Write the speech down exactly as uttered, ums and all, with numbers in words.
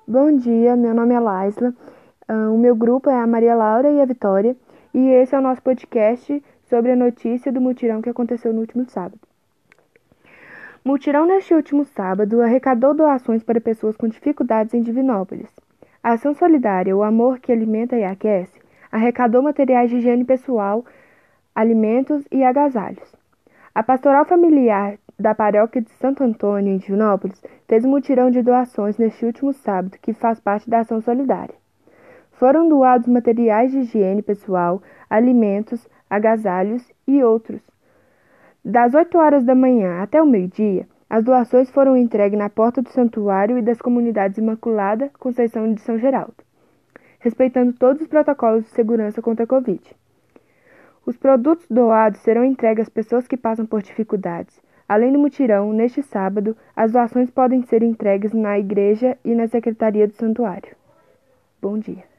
Bom dia, meu nome é Laisla, ah, o meu grupo é a Maria Laura e a Vitória, e esse é o nosso podcast sobre a notícia do mutirão que aconteceu no último sábado. O mutirão neste último sábado arrecadou doações para pessoas com dificuldades em Divinópolis. A ação solidária O Amor que Alimenta e Aquece arrecadou materiais de higiene pessoal, alimentos e agasalhos. A Pastoral Familiar da Paróquia de Santo Antônio, em Divinópolis, fez um mutirão de doações neste último sábado, que faz parte da ação solidária. Foram doados materiais de higiene pessoal, alimentos, agasalhos e outros. Das oito horas da manhã até o meio-dia, as doações foram entregues na porta do santuário e das comunidades Imaculada, Conceição de São Geraldo, respeitando todos os protocolos de segurança contra a Covid. Os produtos doados serão entregues às pessoas que passam por dificuldades. Além do mutirão, neste sábado, as doações podem ser entregues na igreja e na secretaria do santuário. Bom dia.